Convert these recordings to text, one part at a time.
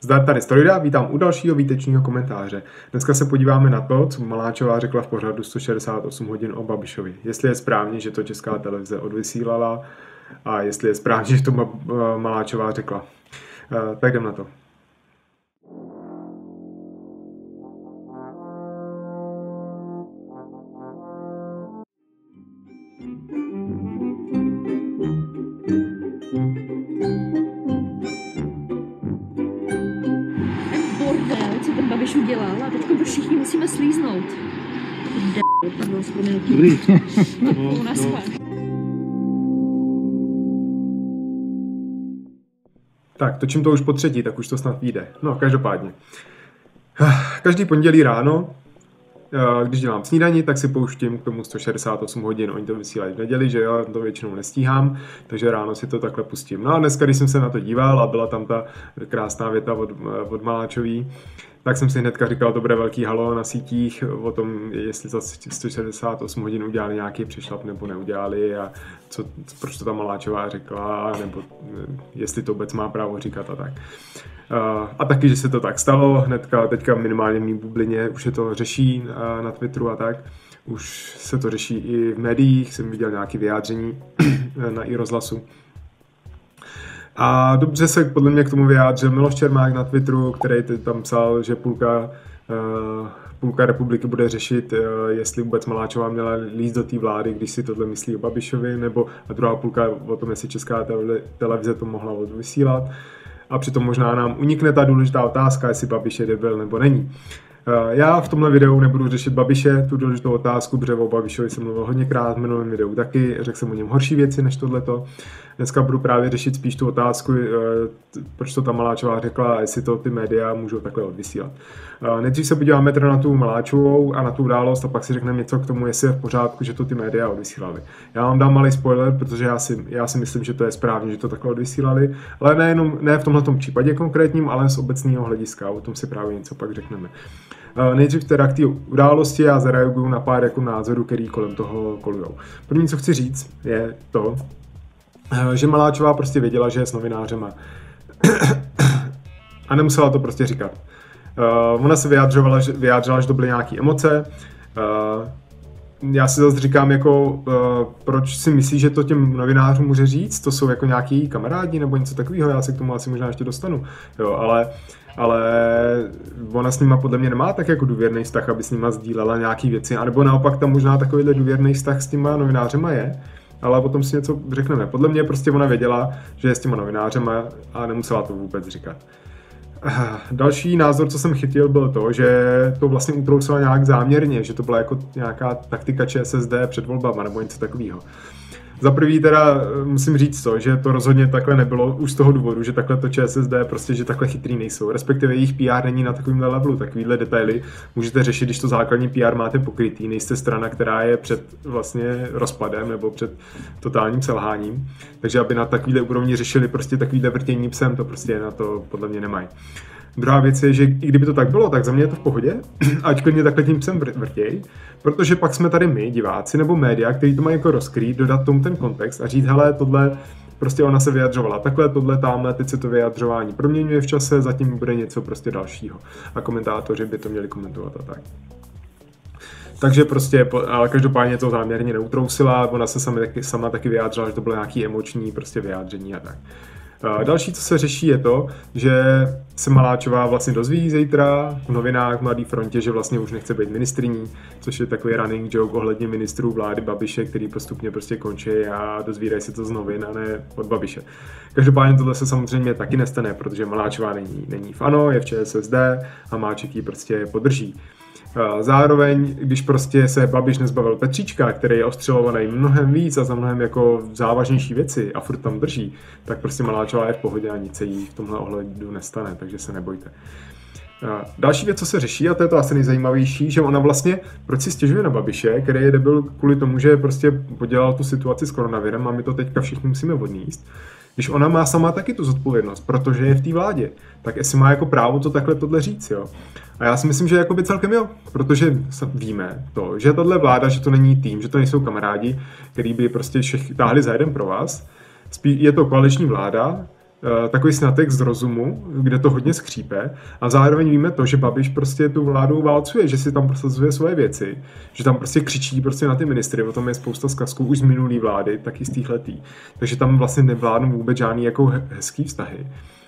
Zdar tady Strojda, vítám u dalšího výtečního komentáře. Dneska se podíváme na to, co Maláčová řekla v pořadu 168 hodin o Babišovi. Jestli je správně, že to Česká televize odvysílala a jestli je správně, že to Maláčová řekla. Tak jdem na to. Co ten Babiš udělal a teď to všichni musíme slíznout. To bylo zproměnutí. Dobrý. Tak, točím to už po třetí, tak už to snad vyjde. No, každopádně. Každý pondělí ráno, když dělám snídani, tak si pouštím k tomu 168 hodin. Oni to vysílají v neděli, že jo, to většinou nestíhám, takže ráno si to takhle pustím. No a dneska, když jsem se na to díval a byla tam ta krásná věta od Maláčový, tak jsem si hnedka říkal, to bude velký halo na sítích o tom, jestli za 168 hodin udělali nějaký přešlap nebo neudělali a proč to ta Maláčová řekla, nebo jestli to vůbec má právo říkat a tak. A taky, že se to tak stalo, hnedka teďka minimálně v mý bublině už se to řeší na Twitteru a tak. Už se to řeší i v médiích, jsem viděl nějaké vyjádření na iRozhlasu. A dobře se podle mě k tomu vyjádřil Miloš Čermák na Twitteru, který tam psal, že půlka republiky bude řešit, jestli vůbec Maláčová měla líst do té vlády, když si tohle myslí o Babišovi, nebo a druhá půlka o tom, jestli Česká televize to mohla odvysílat. A přitom možná nám unikne ta důležitá otázka, jestli Babiš je debil nebo není. Já v tomhle videu nebudu řešit Babiše, tu důležitou otázku, protože o Babišovi jsem mluvil hodněkrát v minulém videu taky, řekl jsem o něm horší věci než tohleto. Dneska budu právě řešit spíš tu otázku, proč to ta Maláčová řekla a jestli to ty média můžou takhle odvysílat. Nejdřív se podíváme teda na tu Maláčovou a na tu událost a pak si řekneme něco k tomu, jestli je v pořádku, že to ty média odvysílali. Já vám dám malý spoiler, protože já si myslím, že to je správně, že to takhle odvysílali, ale ne v tomhletom případě konkrétním, ale z obecného hlediska, o tom si právě něco pak řekneme. Nejdřív teda k té události a zareaguju na pár jako názorů, který kolem toho kolujou. První, co chci říct, je to, že Maláčová prostě věděla, že je s novinářema. A nemusela to prostě říkat. Ona se vyjádřila, že to byly nějaké emoce. Já si zase říkám, jako, proč si myslí, že to těm novinářům může říct? To jsou jako nějaký kamarádi nebo něco takového, já se k tomu asi možná ještě dostanu. Jo, ale ona s nima podle mě nemá tak jako důvěrný vztah, aby s nima sdílela nějaký věci, anebo naopak tam možná takovýhle důvěrný vztah s těma novinářema je, ale potom si něco řekneme. Podle mě prostě ona věděla, že je s těma novinářema a nemusela to vůbec říkat. Další názor, co jsem chytil, byl to, že to vlastně utrousila nějak záměrně, že to byla jako nějaká taktika ČSSD před volbama nebo něco takového. Za prvý teda musím říct to, že to rozhodně takhle nebylo už z toho důvodu, že takhle to ČSSD prostě, že takhle chytrý nejsou. Respektive jejich PR není na takovýmhle levelu, takovýhle detaily můžete řešit, když to základní PR máte pokrytý, nejste strana, která je před vlastně rozpadem nebo před totálním selháním. Takže aby na takovýhle úrovni řešili prostě takovýhle vrtění psem, to prostě na to podle mě nemají. Druhá věc je, že i kdyby to tak bylo, tak za mě je to v pohodě, ať klidně takhle tím psem vrtěj, protože pak jsme tady my, diváci nebo média, kteří to mají jako rozkrýt, dodat tomu ten kontext a říct, hele, tohle, prostě ona se vyjadřovala takhle, tohle, tamhle, teď se to vyjadřování proměňuje v čase, zatím bude něco prostě dalšího. A komentátoři by to měli komentovat a tak. Takže prostě, ale každopádně to záměrně neutrousila, ona se sama taky vyjádřila, že to bylo nějaký emoční prostě vyjádření a tak. Další, co se řeší, je to, že se Maláčová vlastně dozví zítra v novinách v Mladé frontě, že vlastně už nechce být ministryní, což je takový running joke ohledně ministrů vlády Babiše, který postupně prostě končí a dozvídají se to z novin a ne od Babiše. Každopádně tohle se samozřejmě taky nestane, protože Maláčová není v ANO, je v ČSSD a Máček ji prostě podrží. Zároveň, když prostě se Babiš nezbavil Petříčka, který je ostřelovaný mnohem víc a za mnohem jako závažnější věci a furt tam drží, tak prostě Maláčová je v pohodě a nic se jí v tomhle ohledu nestane, takže se nebojte. Další věc, co se řeší, a to je to asi nejzajímavější, že ona vlastně, proč si stěžuje na Babiše, který je debil kvůli tomu, že prostě podělal tu situaci s koronavirem a my to teďka všichni musíme odníst. Když ona má sama taky tu zodpovědnost, protože je v té vládě, tak jestli má jako právo to takhle tohle říct, jo. A já si myslím, že jakoby celkem jo, protože víme to, že tahle vláda, že to není tým, že to nejsou kamarádi, který by prostě táhli za jeden pro vás. Je to koaliční vláda, takový sňatek z rozumu, kde to hodně skřípe a zároveň víme to, že Babiš prostě tu vládu válcuje, že si tam prosazuje svoje věci, že tam prostě křičí prostě na ty ministry, o tom je spousta zkazků už z minulý vlády, taky z týhletý. Takže tam vlastně nevládnou vůbec žádný jako hezký vztahy.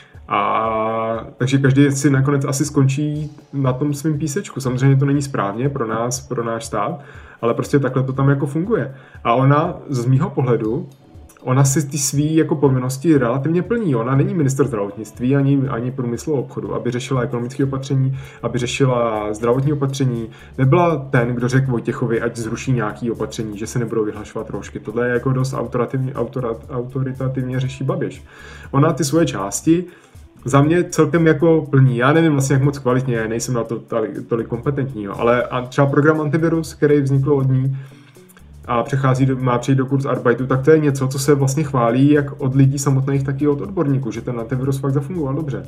A takže každý si nakonec asi skončí na tom svým písečku. Samozřejmě to není správně pro nás, pro náš stát, ale prostě takhle to tam jako funguje. A ona z mýho pohledu, ona si ty svý jako povinnosti relativně plní. Ona není ministr zdravotnictví ani průmyslu a obchodu, aby řešila ekonomické opatření, aby řešila zdravotní opatření. Nebyla ten, kdo řekl Vojtěchovi, ať zruší nějaké opatření, že se nebudou vyhlašovat roušky. Tohle je jako dost autoritativně řeší Babiš. Ona ty svoje části za mě celkem jako plní. Já nevím vlastně, jak moc kvalitně, nejsem na to tolik kompetentní, ale třeba program Antivirus, který vznikl od ní a má přijít do Kurzarbeitu, tak to je něco, co se vlastně chválí jak od lidí samotných, tak i od odborníků, že ten antivirus fakt zafungoval dobře.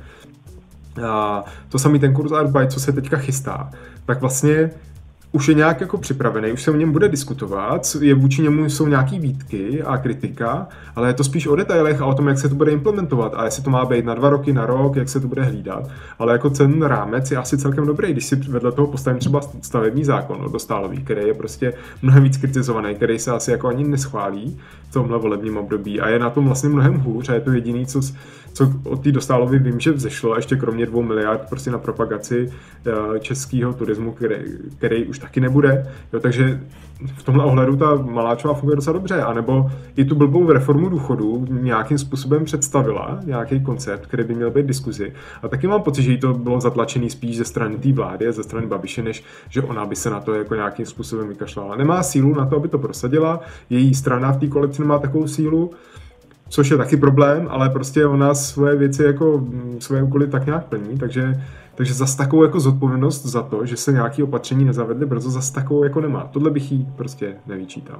A to samý ten Kurzarbeit, co se teďka chystá, tak vlastně už je nějak jako připravený, už se o něm bude diskutovat, vůči němu jsou nějaký výtky a kritika, ale je to spíš o detailech a o tom, jak se to bude implementovat a jestli to má být na 2 roky, na rok, jak se to bude hlídat. Ale jako ten rámec je asi celkem dobrý, když si vedle toho postavím třeba stavební zákon Dostálový, který je prostě mnohem víc kritizovaný, který se asi jako ani neschválí v tomhle volebním období a je na tom vlastně mnohem hůř a je to jediný, co od té Dostálovy vím, že vzešlo, ještě kromě 2 miliard prostě na propagaci českého turismu, který už taky nebude. Jo, takže v tomhle ohledu ta Maláčová funguje docela dobře. A nebo i tu blbou reformu důchodů nějakým způsobem představila, nějaký koncept, který by měl být diskuzi. A taky mám pocit, že jí to bylo zatlačený spíš ze strany té vlády, ze strany Babiše, než že ona by se na to jako nějakým způsobem vykašlala. Nemá sílu na to, aby to prosadila. Její strana v té koalici nemá takovou sílu, což je taky problém, ale prostě ona svoje věci jako svoje úkoly tak nějak plní, takže zas takovou jako zodpovědnost za to, že se nějaké opatření nezavedly brzo, zas takovou jako nemá. Tohle bych jí prostě nevyčítal.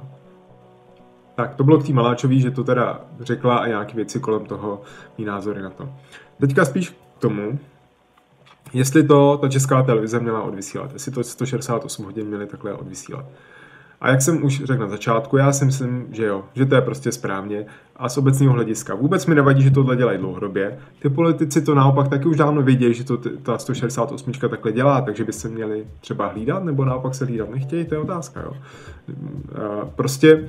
Tak to bylo k té Maláčový, že to teda řekla a nějaké věci kolem toho, mý názory na to. Teďka spíš k tomu, jestli to ta Česká televize měla odvysílat, jestli to 168 hodin měli takhle odvysílat. A jak jsem už řekl na začátku, já si myslím, že jo, že to je prostě správně a z obecného hlediska. Vůbec mi nevadí, že tohle dělají dlouhodobě. Ty politici to naopak taky už dávno vědějí, že to ta 168 takhle dělá, takže by se měli třeba hlídat, nebo naopak se hlídat nechtějí, to je otázka, jo. Prostě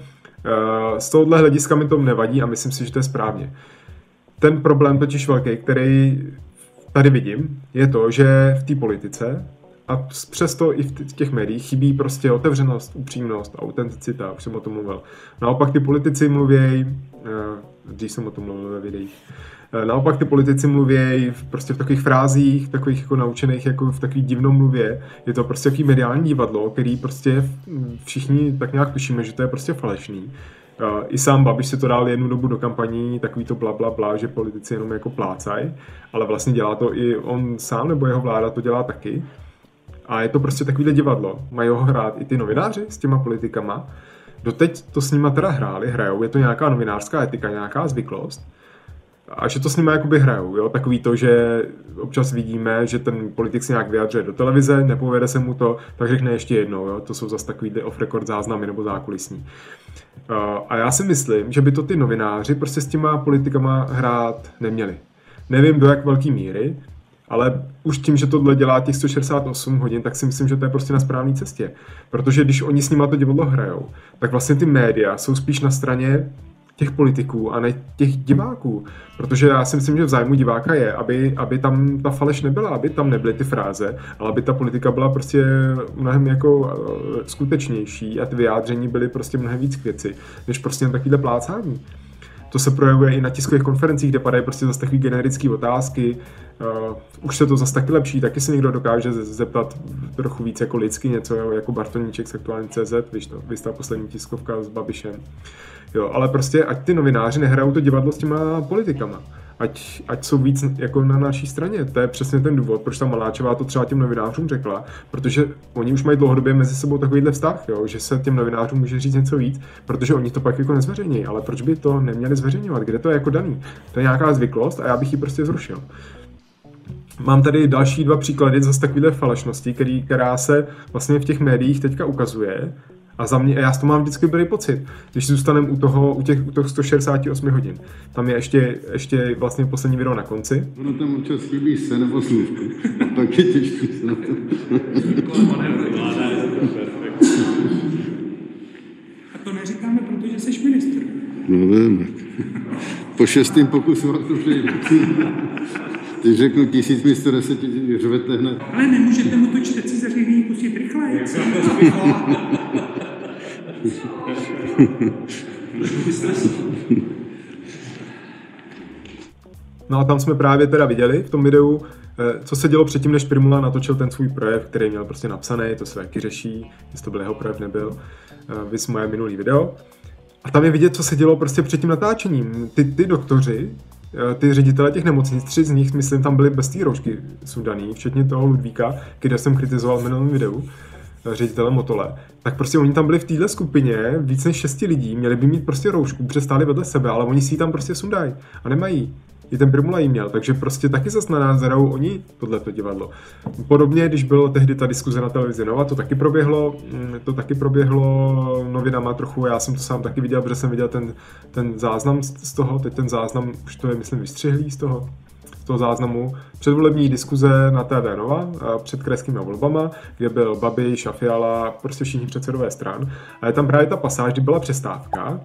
z tohohle hlediska mi to nevadí a myslím si, že to je správně. Ten problém totiž velký, který tady vidím, je to, že v té politice a přesto i v těch médiích chybí prostě otevřenost, upřímnost, autenticita, už jsem o tom mluvil. Naopak ty politici mluvějí, když jsem o tom mluvil ve videích, naopak ty politici mluvějí prostě v takových frázích, takových jako naučených, jako v takový divnomluvě. Je to prostě takový mediální divadlo, který prostě všichni tak nějak tušíme, že to je prostě falešný. I sám Babiš si to dal jednu dobu do kampaní, takový to bla, že politici jenom jako plácají, ale vlastně dělá to i on sám, nebo jeho vláda to dělá taky. A je to prostě takovýhle divadlo. Mají ho hrát i ty novináři s těma politikama. Doteď to s nima teda hrajou. Je to nějaká novinářská etika, nějaká zvyklost. A že to s nima jakoby hrajou. Jo? Takový to, že občas vidíme, že ten politik se nějak vyjadřuje do televize, nepovede se mu to, tak řekne ještě jednou. Jo? To jsou zase takový off-record záznamy nebo zákulisní. A já si myslím, že by to ty novináři prostě s těma politikama hrát neměli. Nevím do jak velký míry, ale už tím, že tohle dělá těch 168 hodin, tak si myslím, že to je prostě na správné cestě. Protože když oni s nima to divadlo hrajou, tak vlastně ty média jsou spíš na straně těch politiků a ne těch diváků. Protože já si myslím, že v zájmu diváka je, aby tam ta faleš nebyla, aby tam nebyly ty fráze, ale aby ta politika byla prostě mnohem jako skutečnější a ty vyjádření byly prostě mnohem víc k věci, než prostě na takovýhle plácání. To se projevuje i na tiskových konferencích, kde padají prostě zase takové generické otázky. Už se to zase taky lepší, taky se někdo dokáže zeptat trochu víc jako lidsky něco, jako Bartoníček z Aktuální.cz, víš ta poslední tiskovka s Babišem. Jo, ale prostě ať ty novináři nehrajou to divadlo s těma politikama. Ať jsou víc jako na naší straně. To je přesně ten důvod, proč ta Maláčová to třeba těm novinářům řekla, protože oni už mají dlouhodobě mezi sebou takovýhle vztah, jo, že se těm novinářům může říct něco víc, protože oni to pak jako nezveřejní, ale proč by to neměli zveřejňovat, kde to je jako daný? To je nějaká zvyklost a já bych ji prostě zrušil. Mám tady další 2 příklady zase takovýhle falešnosti, která se vlastně v těch médiích teďka ukazuje A za mě, já s to mám vždycky dobrý pocit, když zůstaneme u těch 168 hodin. Tam je ještě vlastně poslední video na konci. Ono tam občas chybí se nebo slůvku. A pak je těžký se na to. A to neříkáme, protože jsi ministr. No vím. Po 6. pokusu vám to přijde. Ty řeknu 1000 místo 10 řvete hned. Ale nemůžete mu to čtecí zařízení pustit rychleji. No a tam jsme právě teda viděli v tom videu, co se dělo předtím, než Prymula natočil ten svůj projev, který měl prostě napsaný, to se taky řeší, jestli to byl jeho projev, nebyl, viz moje minulý video. A tam je vidět, co se dělo prostě před tím natáčením. Ty doktoři, ty ředitele těch nemocnic, 3 z nich, myslím, tam byli bez té roušky sundaný, včetně toho Ludvíka, který jsem kritizoval v minulém videu, ředitele Motole, tak prostě oni tam byli v téhle skupině, víc než 6 lidí, měli by mít prostě roušku, přestáli vedle sebe, ale oni si ji tam prostě sundají a nemají. I ten Prymula jí měl, takže prostě taky zas na nás zerou oni tohleto divadlo. Podobně, když bylo tehdy ta diskuze na televizi Nova, to taky proběhlo novinama trochu, já jsem to sám taky viděl, protože jsem viděl ten záznam z toho, teď ten záznam, už to je, myslím, vystřihlý z toho záznamu, předvolební diskuze na TV Nova před krajskými volbama, kde byl Babiš a Fiala, prostě všichni předsedové stran. A je tam právě ta pasáž, kdy byla přestávka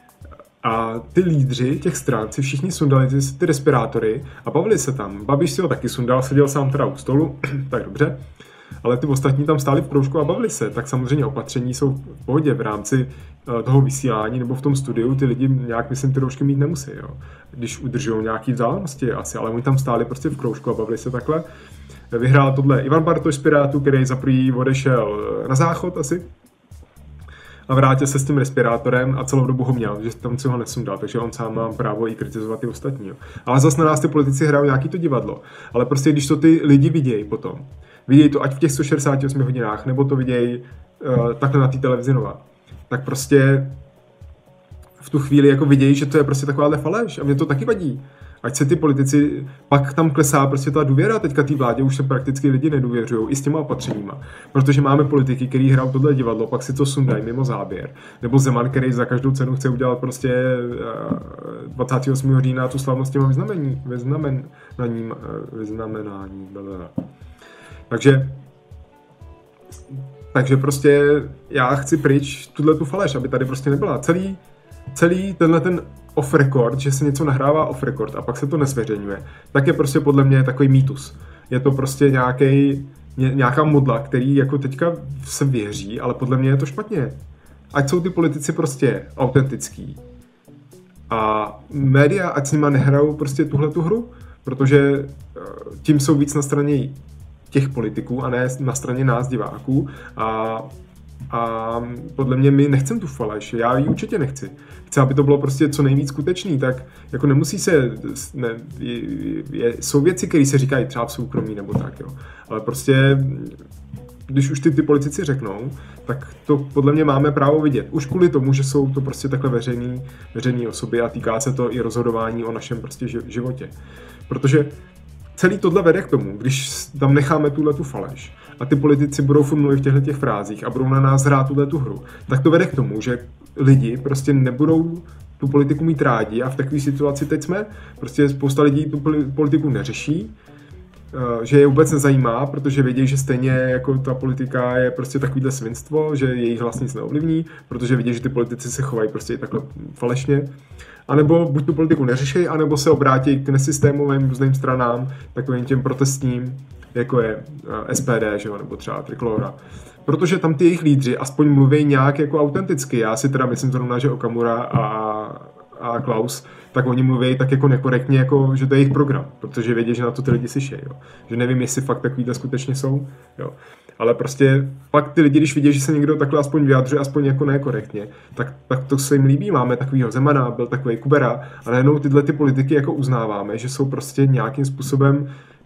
a ty lídři těch stran si všichni sundali ty respirátory a bavili se tam. Babiš si ho taky sundal, seděl sám teda u stolu, tak dobře, ale ty ostatní tam stáli v kroužku a bavili se. Tak samozřejmě opatření jsou v pohodě v rámci toho vysílání nebo v tom studiu, ty lidi nějak, myslím, ty roušky mít nemusí, jo. Když udržují nějaký vzdálenosti asi, ale oni tam stáli prostě v kroužku a bavili se takhle. Vyhrál tohle Ivan Bartoš z Pirátů, který za prý odešel na záchod asi a vrátil se s tím respirátorem a celou dobu ho měl, že tam si ho nesundal, takže on sám má právo i kritizovat ty ostatní. Jo. Ale zase na nás ty politici hrajou nějaký to divadlo. Ale prostě když to ty lidi vidějí potom, vidějí to ať v těch 168 hodinách, nebo to vidějí takhle na té televizi Nova, tak prostě v tu chvíli jako vidějí, že to je prostě takováhle faleš a mě to taky vadí. Ať se ty politici, pak tam klesá prostě ta důvěra, teďka té vládě už se prakticky lidi nedůvěřují i s těma opatřeníma, protože máme politiky, který hrajou tohle divadlo, pak si to sundají mimo záběr, nebo Zeman, který za každou cenu chce udělat prostě 28. října tu slavnost těma vyznamenání. Takže prostě já chci pryč tu faleš, aby tady prostě nebyla. Celý tenhle ten off record, že se něco nahrává off record a pak se to nezveřejňuje, tak je prostě podle mě takový mýtus. Je to prostě nějaká modla, který jako teďka se věří, ale podle mě je to špatně. Ať jsou ty politici prostě autentický a média, ať s nima nehrajou prostě tuhletu hru, protože tím jsou víc na straně těch politiků a ne na straně nás diváků a podle mě my nechcem tu faleš, já ji určitě nechci. Chci, aby to bylo prostě co nejvíc skutečný, tak jako nemusí se, jsou věci, které se říkají třeba v soukromí nebo tak, jo. Ale prostě, když už ty politici řeknou, tak to podle mě máme právo vidět. Už kvůli tomu, že jsou to prostě takhle veřejné osoby a týká se to i rozhodování o našem prostě životě. Protože celý tohle vede k tomu, když tam necháme tu faleš a ty politici budou furt mluvit v těchto frázích a budou na nás hrát tu hru, tak to vede k tomu, že lidi prostě nebudou tu politiku mít rádi a v takové situaci teď jsme, prostě spousta lidí tu politiku neřeší, že je vůbec nezajímá, protože vědí, že stejně jako ta politika je prostě takovýhle svinstvo, že jejich hlas nic neovlivní, protože vidí, že ty politici se chovají prostě takhle falešně. A nebo buď tu politiku neřeší, anebo se obrátí k nesystémovým různým stranám, takovým těm protestním, jako je SPD, že jo, nebo třeba Trikolora. Protože tam ty jejich lídři aspoň mluví nějak jako autenticky. Já si teda myslím zrovna, že Okamura a Klaus, tak oni mluví tak jako nekorektně, jako že to je jejich program, protože vědí, že na to ty lidi slyšejí, jo. Že nevím, jestli fakt takovýhle skutečně jsou, jo. Ale prostě pak ty lidi, když vidí, že se někdo takhle aspoň vyjadřuje, aspoň jako nekorektně, tak to se jim líbí. Máme takovýho Zemana, byl takový Kubera a najednou tyhle ty politiky jako uznáváme, že jsou prostě nějakým způsobem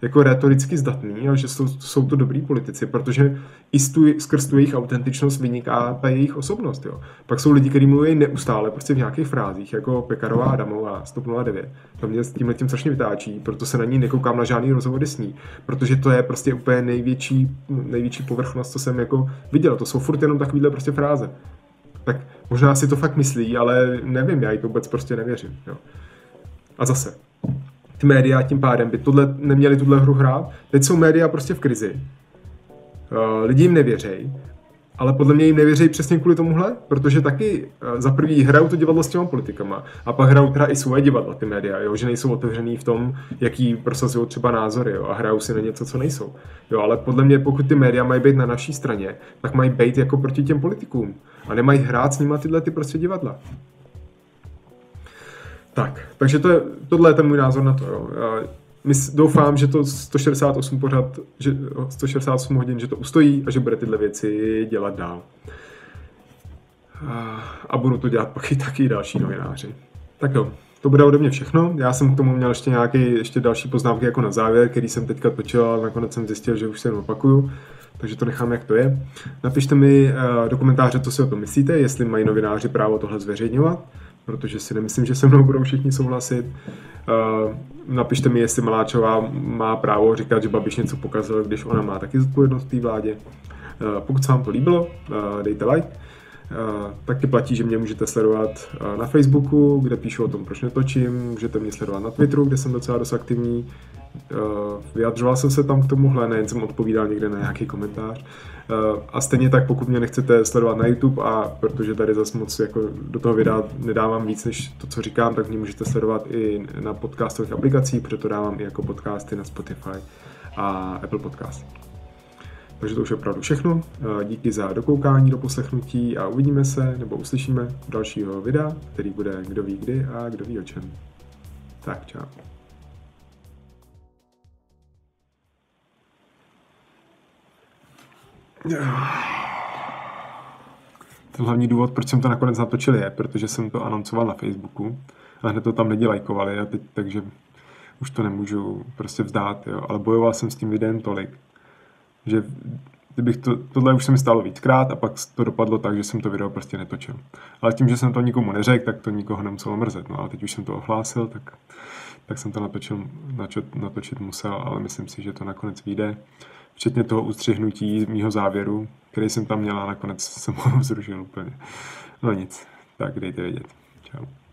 jako retoricky zdatný a že jsou to dobrý politici, protože i skrz tu jejich autentičnost vyniká ta jejich osobnost. Jo. Pak jsou lidi, kteří mluví neustále prostě v nějakých frázích, jako Pekarová Adamová z TOP 09. To mě s tímhletím strašně vytáčí, proto se na ní nekoukám na žádný rozhovory s ní, protože to je prostě úplně největší povrchnost, co jsem jako viděl. To jsou furt jenom takovýhle prostě fráze. Tak možná si to fakt myslí, ale nevím, já jí to vůbec prostě nevěřím. Jo. A zase, ty média tím pádem by neměli tuhle hru hrát. Teď jsou média prostě v krizi. Lidi jim nevěří, ale podle mě jim nevěří přesně kvůli tomuhle, protože taky za prvý hrajou to divadlo s těma politikama a pak hrajou teda i svoje divadla ty média, jo, že nejsou otevřený v tom, jaký prosazují třeba názory, jo, a hrajou si na něco, co nejsou. Jo, ale podle mě, pokud ty média mají být na naší straně, tak mají být jako proti těm politikům a nemají hrát s nima tyhle ty prostě divadla. Tak, takže tohle je ten můj názor na to. Jo. Doufám, že to 168 hodin, že to ustojí a že bude tyhle věci dělat dál. A budu to dělat pak i taky další novináři. Tak jo, to bude ode mě všechno. Já jsem k tomu měl ještě další poznámky jako na závěr, který jsem teďka točil, ale nakonec jsem zjistil, že už se jenom opakuju. Takže to nechám, jak to je. Napište mi do komentáře, co si o tom myslíte, jestli mají novináři právo tohle zveřejňovat, protože si nemyslím, že se mnou budou všichni souhlasit. Napište mi, jestli Maláčová má právo říkat, že Babiš něco pokazil, když ona má taky zodpovědnost v té vládě. Pokud se vám to líbilo, dejte like. Taky platí, že mě můžete sledovat na Facebooku, kde píšu o tom, proč netočím. Můžete mě sledovat na Twitteru, kde jsem docela dost aktivní. Vyjadřoval jsem se tam k tomuhle, nejen jsem odpovídal někde na nějaký komentář. A stejně tak, pokud mě nechcete sledovat na YouTube, a protože tady zase moc jako do toho videa nedávám víc než to, co říkám, tak mě můžete sledovat i na podcastových aplikacích, protože to dávám i jako podcasty na Spotify a Apple Podcast. Takže to už je opravdu všechno. Díky za dokoukání, do poslechnutí a uvidíme se nebo uslyšíme u dalšího videa, který bude kdo ví kdy a kdo ví o čem. Tak, čau. Ten hlavní důvod, proč jsem to nakonec natočil, je, protože jsem to anoncoval na Facebooku a hned to tam lidi lajkovali a teď, takže už to nemůžu prostě vzdát, jo. Ale bojoval jsem s tím videem tolik, že kdybych tohle už se mi stalo víckrát a pak to dopadlo tak, že jsem to video prostě netočil. Ale tím, že jsem to nikomu neřekl, tak to nikoho nemuselo mrzet. No ale teď už jsem to ohlásil, tak jsem to natočit musel, ale myslím si, že to nakonec vyjde. Včetně toho ustřihnutí mýho závěru, který jsem tam měl a nakonec jsem ho zrušil úplně. No nic, tak dejte vědět. Čau.